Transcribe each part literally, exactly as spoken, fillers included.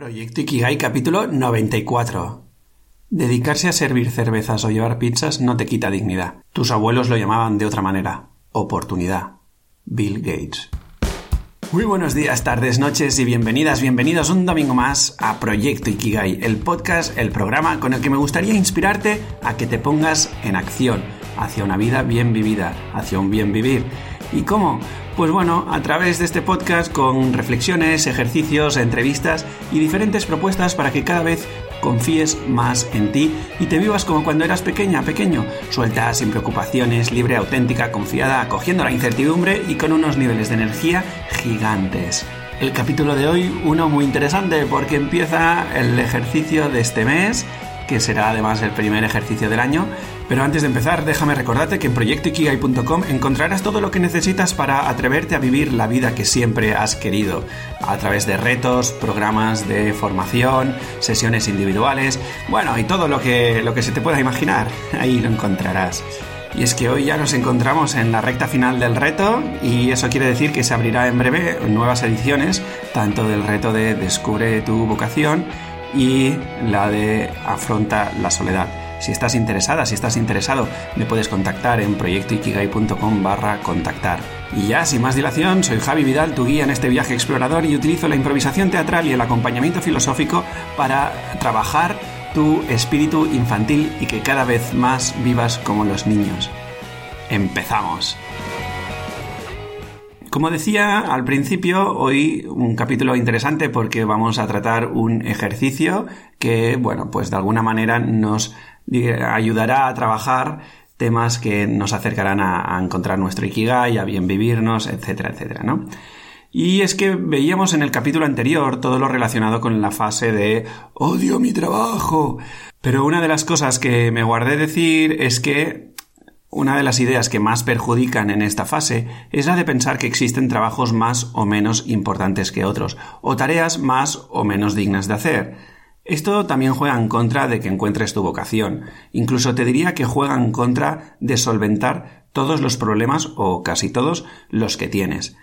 Proyecto Ikigai capítulo noventa y cuatro. Dedicarse a servir cervezas o llevar pizzas no te quita dignidad. Tus abuelos lo llamaban de otra manera. Oportunidad. Bill Gates. Muy buenos días, tardes, noches y bienvenidas, bienvenidos un domingo más a Proyecto Ikigai, el podcast, el programa con el que me gustaría inspirarte a que te pongas en acción hacia una vida bien vivida, hacia un bien vivir. ¿Y cómo? Pues bueno, a través de este podcast con reflexiones, ejercicios, entrevistas y diferentes propuestas para que cada vez confíes más en ti y te vivas como cuando eras pequeña, pequeño, suelta, sin preocupaciones, libre, auténtica, confiada, acogiendo la incertidumbre y con unos niveles de energía gigantes. El capítulo de hoy, uno muy interesante porque empieza el ejercicio de este mes, que será además el primer ejercicio del año. Pero antes de empezar, déjame recordarte que en proyecto ikigai punto com encontrarás todo lo que necesitas para atreverte a vivir la vida que siempre has querido, a través de retos, programas de formación, sesiones individuales, bueno, y todo lo que, lo que se te pueda imaginar, ahí lo encontrarás. Y es que hoy ya nos encontramos en la recta final del reto y eso quiere decir que se abrirá en breve nuevas ediciones, tanto del reto de Descubre tu vocación y la de Afronta la soledad. Si estás interesada, si estás interesado, me puedes contactar en proyecto ikigai punto com barra contactar. Y ya, sin más dilación, soy Javi Vidal, tu guía en este viaje explorador y utilizo la improvisación teatral y el acompañamiento filosófico para trabajar tu espíritu infantil y que cada vez más vivas como los niños. ¡Empezamos! Como decía al principio, hoy un capítulo interesante porque vamos a tratar un ejercicio que, bueno, pues de alguna manera nos ayudará a trabajar temas que nos acercarán a, a encontrar nuestro Ikigai, a bien vivirnos, etcétera, etcétera, ¿no? Y es que veíamos en el capítulo anterior todo lo relacionado con la fase de odio mi trabajo. Pero una de las cosas que me guardé decir es que una de las ideas que más perjudican en esta fase es la de pensar que existen trabajos más o menos importantes que otros, o tareas más o menos dignas de hacer. Esto también juega en contra de que encuentres tu vocación. Incluso te diría que juega en contra de solventar todos los problemas, o casi todos, los que tienes.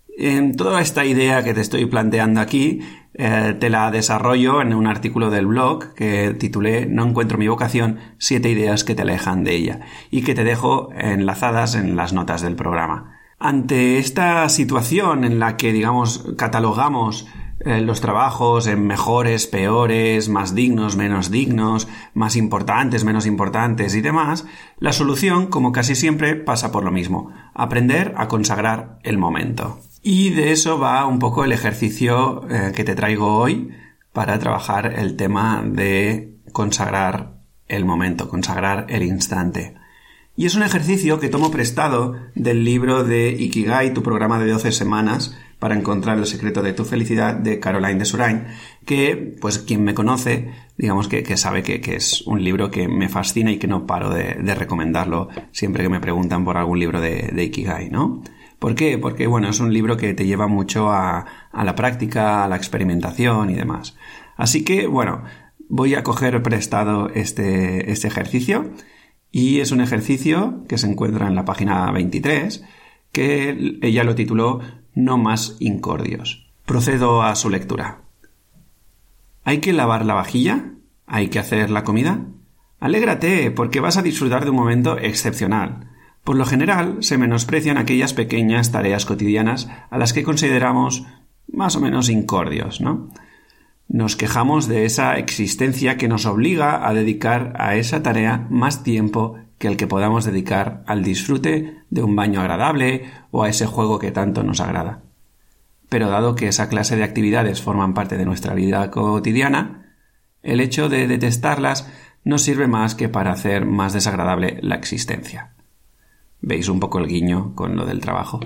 En toda esta idea que te estoy planteando aquí, eh, te la desarrollo en un artículo del blog que titulé No encuentro mi vocación, siete ideas que te alejan de ella, y que te dejo enlazadas en las notas del programa. Ante esta situación en la que, digamos, catalogamos eh, los trabajos en mejores, peores, más dignos, menos dignos, más importantes, menos importantes y demás, la solución, como casi siempre, pasa por lo mismo: aprender a consagrar el momento. Y de eso va un poco el ejercicio eh, que te traigo hoy para trabajar el tema de consagrar el momento, consagrar el instante. Y es un ejercicio que tomo prestado del libro de Ikigai, tu programa de doce semanas para encontrar el secreto de tu felicidad, de Caroline Desurain, que, pues, quien me conoce, digamos que, que sabe que, que es un libro que me fascina y que no paro de, de recomendarlo siempre que me preguntan por algún libro de, de Ikigai, ¿no? ¿Por qué? Porque, bueno, es un libro que te lleva mucho a, a la práctica, a la experimentación y demás. Así que, bueno, voy a coger prestado este, este ejercicio. Y es un ejercicio que se encuentra en la página veintitrés, que ella lo tituló No más incordios. Procedo a su lectura. ¿Hay que lavar la vajilla? ¿Hay que hacer la comida? Alégrate, porque vas a disfrutar de un momento excepcional. Por lo general, se menosprecian aquellas pequeñas tareas cotidianas a las que consideramos más o menos incordios, ¿no? Nos quejamos de esa existencia que nos obliga a dedicar a esa tarea más tiempo que el que podamos dedicar al disfrute de un baño agradable o a ese juego que tanto nos agrada. Pero dado que esa clase de actividades forman parte de nuestra vida cotidiana, el hecho de detestarlas no sirve más que para hacer más desagradable la existencia. ¿Veis un poco el guiño con lo del trabajo?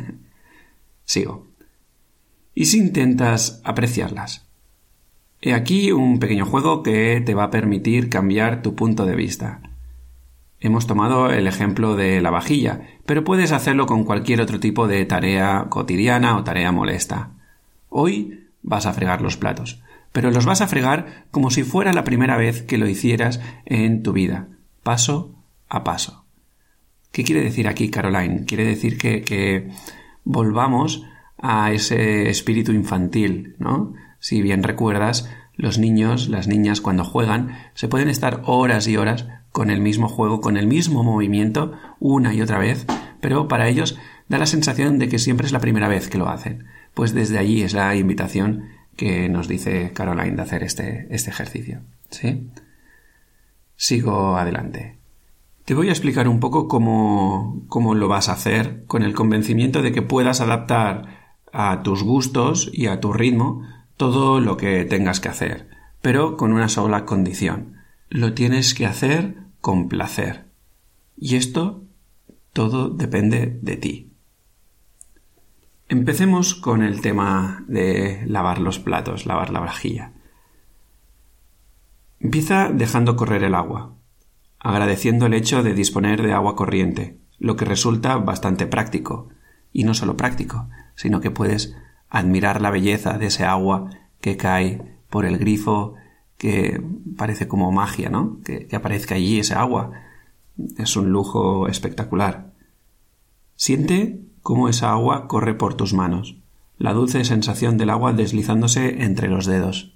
Sigo. ¿Y si intentas apreciarlas? He aquí un pequeño juego que te va a permitir cambiar tu punto de vista. Hemos tomado el ejemplo de la vajilla, pero puedes hacerlo con cualquier otro tipo de tarea cotidiana o tarea molesta. Hoy vas a fregar los platos, pero los vas a fregar como si fuera la primera vez que lo hicieras en tu vida, paso a paso. ¿Qué quiere decir aquí, Caroline? Quiere decir que, que volvamos a ese espíritu infantil, ¿no? Si bien recuerdas, los niños, las niñas cuando juegan, se pueden estar horas y horas con el mismo juego, con el mismo movimiento, una y otra vez, pero para ellos da la sensación de que siempre es la primera vez que lo hacen. Pues desde allí es la invitación que nos dice Caroline de hacer este, este ejercicio. ¿Sí? Sigo adelante. Te voy a explicar un poco cómo, cómo lo vas a hacer con el convencimiento de que puedas adaptar a tus gustos y a tu ritmo todo lo que tengas que hacer, pero con una sola condición. Lo tienes que hacer con placer. Y esto todo depende de ti. Empecemos con el tema de lavar los platos, lavar la vajilla. Empieza dejando correr el agua, agradeciendo el hecho de disponer de agua corriente, lo que resulta bastante práctico. Y no solo práctico, sino que puedes admirar la belleza de ese agua que cae por el grifo, que parece como magia, ¿no? Que, que aparezca allí ese agua. Es un lujo espectacular. Siente cómo esa agua corre por tus manos, la dulce sensación del agua deslizándose entre los dedos.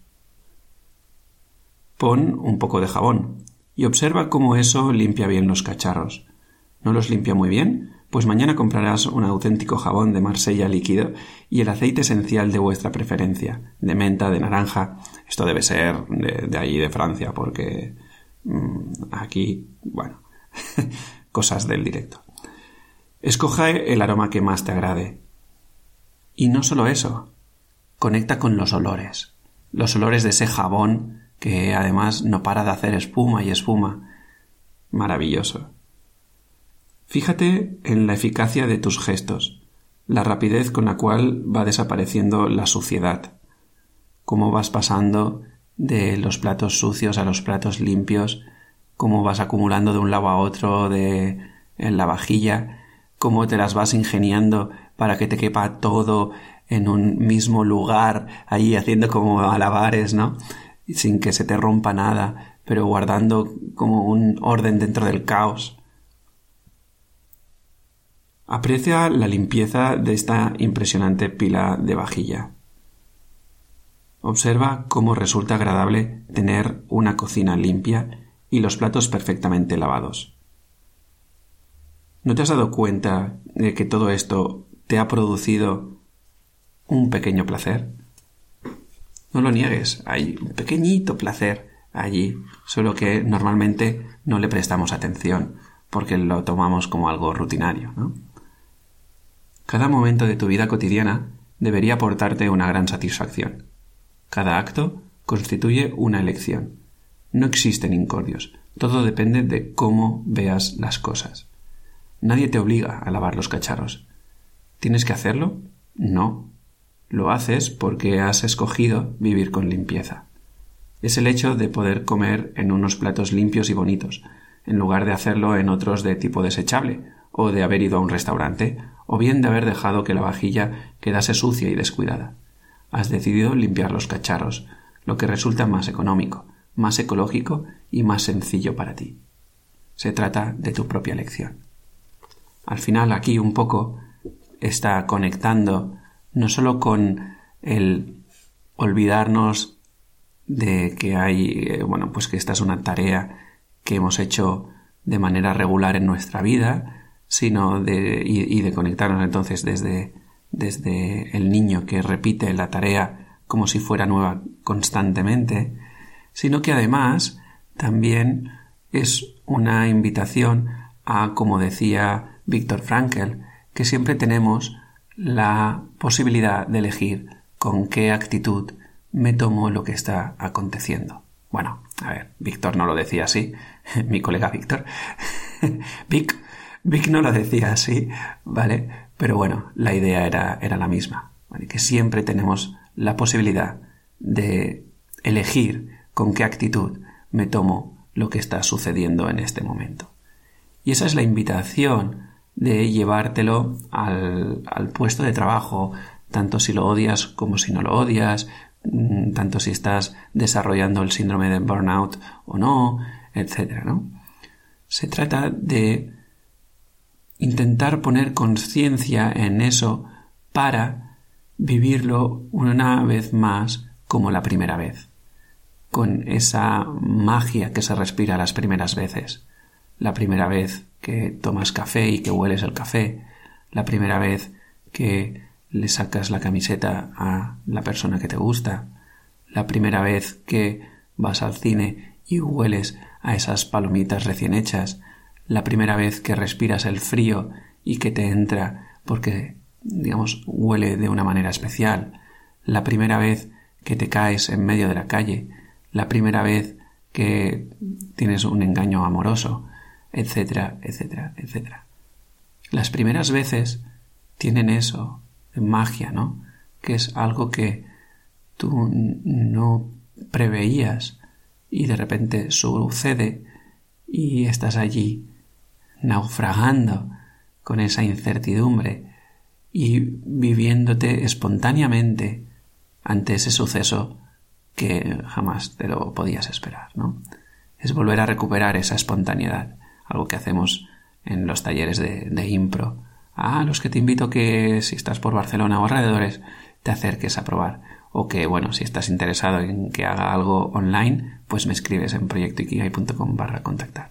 Pon un poco de jabón y observa cómo eso limpia bien los cacharros. ¿No los limpia muy bien? Pues mañana comprarás un auténtico jabón de Marsella líquido y el aceite esencial de vuestra preferencia, de menta, de naranja. Esto debe ser de, de allí de Francia, porque mmm, aquí, bueno, cosas del directo. Escoge el aroma que más te agrade. Y no solo eso, conecta con los olores. Los olores de ese jabón que además no para de hacer espuma y espuma. Maravilloso. Fíjate en la eficacia de tus gestos, la rapidez con la cual va desapareciendo la suciedad, cómo vas pasando de los platos sucios a los platos limpios, cómo vas acumulando de un lado a otro de en la vajilla, cómo te las vas ingeniando para que te quepa todo en un mismo lugar, ahí haciendo como malabares, ¿no? Sin que se te rompa nada, pero guardando como un orden dentro del caos. Aprecia la limpieza de esta impresionante pila de vajilla. Observa cómo resulta agradable tener una cocina limpia y los platos perfectamente lavados. ¿No te has dado cuenta de que todo esto te ha producido un pequeño placer? No lo niegues, hay un pequeñito placer allí, solo que normalmente no le prestamos atención porque lo tomamos como algo rutinario, ¿no? Cada momento de tu vida cotidiana debería aportarte una gran satisfacción. Cada acto constituye una elección. No existen incordios. Todo depende de cómo veas las cosas. Nadie te obliga a lavar los cacharros. ¿Tienes que hacerlo? No. Lo haces porque has escogido vivir con limpieza. Es el hecho de poder comer en unos platos limpios y bonitos, en lugar de hacerlo en otros de tipo desechable, o de haber ido a un restaurante, o bien de haber dejado que la vajilla quedase sucia y descuidada. Has decidido limpiar los cacharros, lo que resulta más económico, más ecológico y más sencillo para ti. Se trata de tu propia elección. Al final, aquí un poco está conectando no solo con el olvidarnos de que hay, bueno, pues que esta es una tarea que hemos hecho de manera regular en nuestra vida, sino de, y, y de conectarnos entonces desde, desde el niño que repite la tarea como si fuera nueva constantemente, sino que además también es una invitación a, como decía Viktor Frankl, que siempre tenemos la posibilidad de elegir con qué actitud me tomo lo que está aconteciendo. Bueno, a ver, Víctor no lo decía así, mi colega Víctor. Vic, Vic no lo decía así, ¿vale? Pero bueno, la idea era, era la misma, ¿vale? Que siempre tenemos la posibilidad de elegir con qué actitud me tomo lo que está sucediendo en este momento. Y esa es la invitación de llevártelo al, al puesto de trabajo, tanto si lo odias como si no lo odias, tanto si estás desarrollando el síndrome de burnout o no, etcétera, ¿no? Se trata de intentar poner conciencia en eso para vivirlo una vez más como la primera vez, con esa magia que se respira las primeras veces. La primera vez que tomas café y que hueles el café, la primera vez que le sacas la camiseta a la persona que te gusta, la primera vez que vas al cine y hueles a esas palomitas recién hechas, la primera vez que respiras el frío y que te entra porque, digamos, huele de una manera especial, la primera vez que te caes en medio de la calle, la primera vez que tienes un engaño amoroso, etcétera, etcétera, etcétera. Las primeras veces tienen eso, magia, ¿no? Que es algo que tú no preveías y de repente sucede y estás allí naufragando con esa incertidumbre y viviéndote espontáneamente ante ese suceso que jamás te lo podías esperar, ¿no? Es volver a recuperar esa espontaneidad, algo que hacemos en los talleres de, de impro. Ah, los que te invito que si estás por Barcelona o alrededores te acerques a probar, o que, bueno, si estás interesado en que haga algo online, pues me escribes en proyectoikigai.com barra contactar.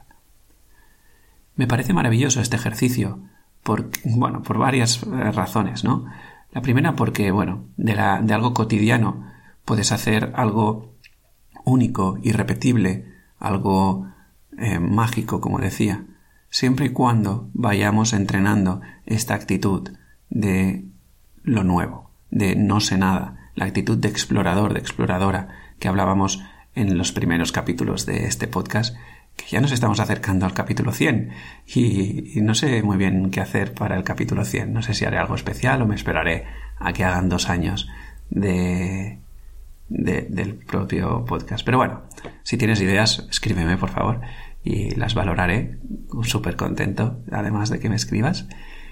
Me parece maravilloso este ejercicio por, bueno, por varias razones, ¿no? La primera porque, bueno, de, la, de algo cotidiano puedes hacer algo único, irrepetible, algo eh, mágico, como decía, siempre y cuando vayamos entrenando esta actitud de lo nuevo, de no sé nada, la actitud de explorador, de exploradora que hablábamos en los primeros capítulos de este podcast, que ya nos estamos acercando al capítulo cien y, y no sé muy bien qué hacer para el capítulo cien. No sé si haré algo especial o me esperaré a que hagan dos años de, de, del propio podcast. Pero bueno, si tienes ideas, escríbeme por favor y las valoraré. Súper contento, además de que me escribas.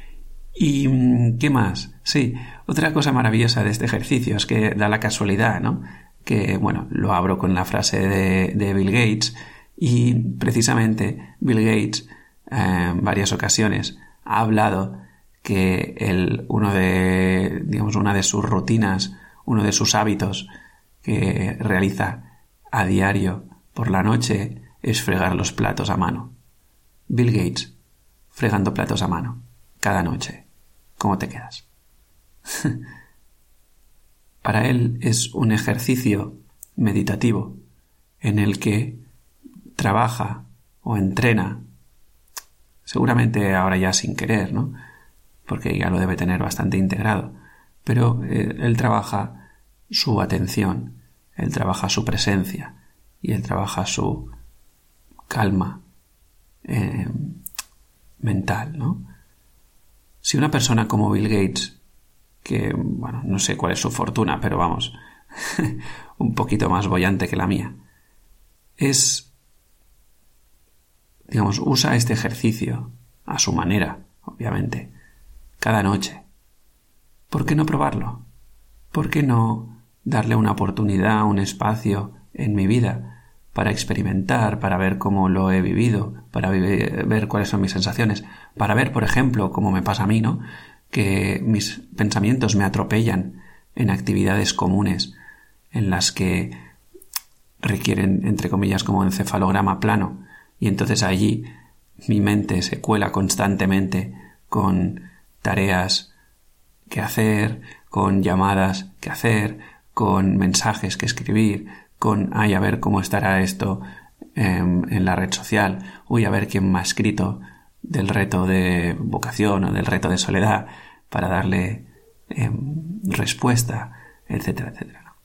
¿Y qué más? Sí, otra cosa maravillosa de este ejercicio es que da la casualidad, ¿no? Que, bueno, lo abro con la frase de, de Bill Gates. Y precisamente Bill Gates eh, en varias ocasiones ha hablado que el, uno de, digamos, una de sus rutinas, uno de sus hábitos que realiza a diario por la noche es fregar los platos a mano. Bill Gates fregando platos a mano cada noche. ¿Cómo te quedas? Para él es un ejercicio meditativo en el que trabaja o entrena, seguramente ahora ya sin querer, ¿no? Porque ya lo debe tener bastante integrado, pero eh, él trabaja su atención, él trabaja su presencia y él trabaja su calma eh, mental, ¿no? Si una persona como Bill Gates, que, bueno, no sé cuál es su fortuna, pero vamos, un poquito más boyante que la mía, es digamos, usa este ejercicio a su manera, obviamente, cada noche. ¿Por qué no probarlo? ¿Por qué no darle una oportunidad, un espacio en mi vida para experimentar, para ver cómo lo he vivido, para vivir, ver cuáles son mis sensaciones, para ver, por ejemplo, cómo me pasa a mí, ¿no? Que mis pensamientos me atropellan en actividades comunes en las que requieren, entre comillas, como encefalograma plano. Y entonces allí mi mente se cuela constantemente con tareas que hacer, con llamadas que hacer, con mensajes que escribir, con, ay, a ver cómo estará esto eh, en la red social, uy, a ver quién me ha escrito del reto de vocación o del reto de soledad para darle eh, respuesta, etcétera, etcétera.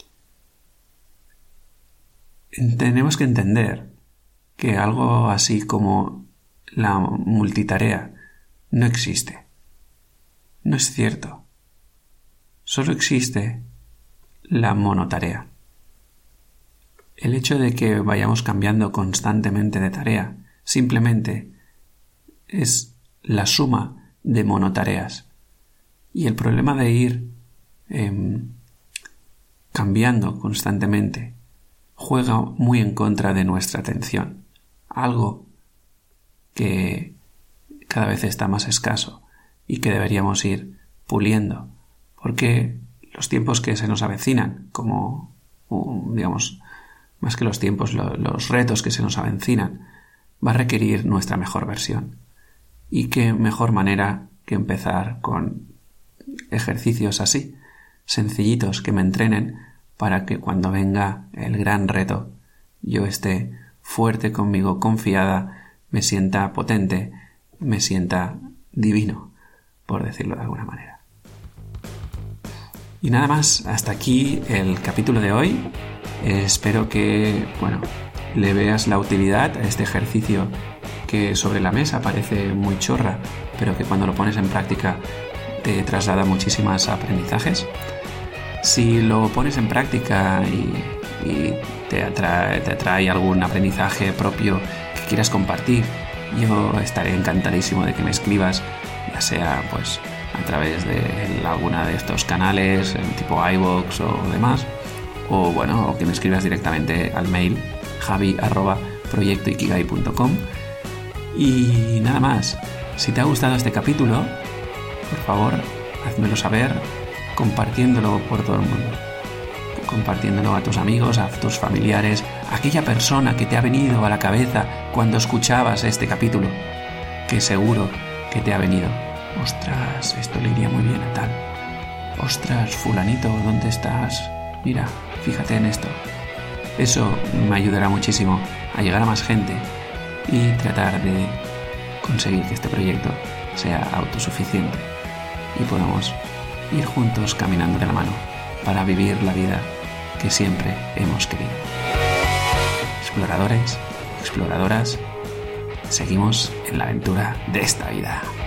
Tenemos que entender que algo así como la multitarea no existe. No es cierto. Solo existe la monotarea. El hecho de que vayamos cambiando constantemente de tarea simplemente es la suma de monotareas. Y el problema de ir eh, cambiando constantemente juega muy en contra de nuestra atención. Algo que cada vez está más escaso y que deberíamos ir puliendo, porque los tiempos que se nos avecinan, como um, digamos, más que los tiempos, lo, los retos que se nos avecinan, va a requerir nuestra mejor versión. Y qué mejor manera que empezar con ejercicios así, sencillitos, que me entrenen para que cuando venga el gran reto yo esté fuerte conmigo, confiada, me sienta potente, me sienta divino, por decirlo de alguna manera. Y nada más, hasta aquí el capítulo de hoy. Eh, espero que, bueno, le veas la utilidad a este ejercicio que sobre la mesa parece muy chorra, pero que cuando lo pones en práctica te traslada muchísimos aprendizajes. Si lo pones en práctica y, y te, atrae, te atrae algún aprendizaje propio que quieras compartir, yo estaré encantadísimo de que me escribas, ya sea pues a través de alguna de estos canales tipo iVoox o demás, o bueno, o que me escribas directamente al mail javi arroba proyecto ikigai punto com. Y nada más, si te ha gustado este capítulo, por favor, házmelo saber compartiéndolo por todo el mundo, compartiéndolo a tus amigos, a tus familiares, a aquella persona que te ha venido a la cabeza cuando escuchabas este capítulo, que seguro que te ha venido. Ostras, esto le iría muy bien a tal. Ostras, fulanito, ¿dónde estás? Mira, fíjate en esto. Eso me ayudará muchísimo a llegar a más gente y tratar de conseguir que este proyecto sea autosuficiente y podamos ir juntos caminando de la mano para vivir la vida que siempre hemos querido. Exploradores, exploradoras, seguimos en la aventura de esta vida.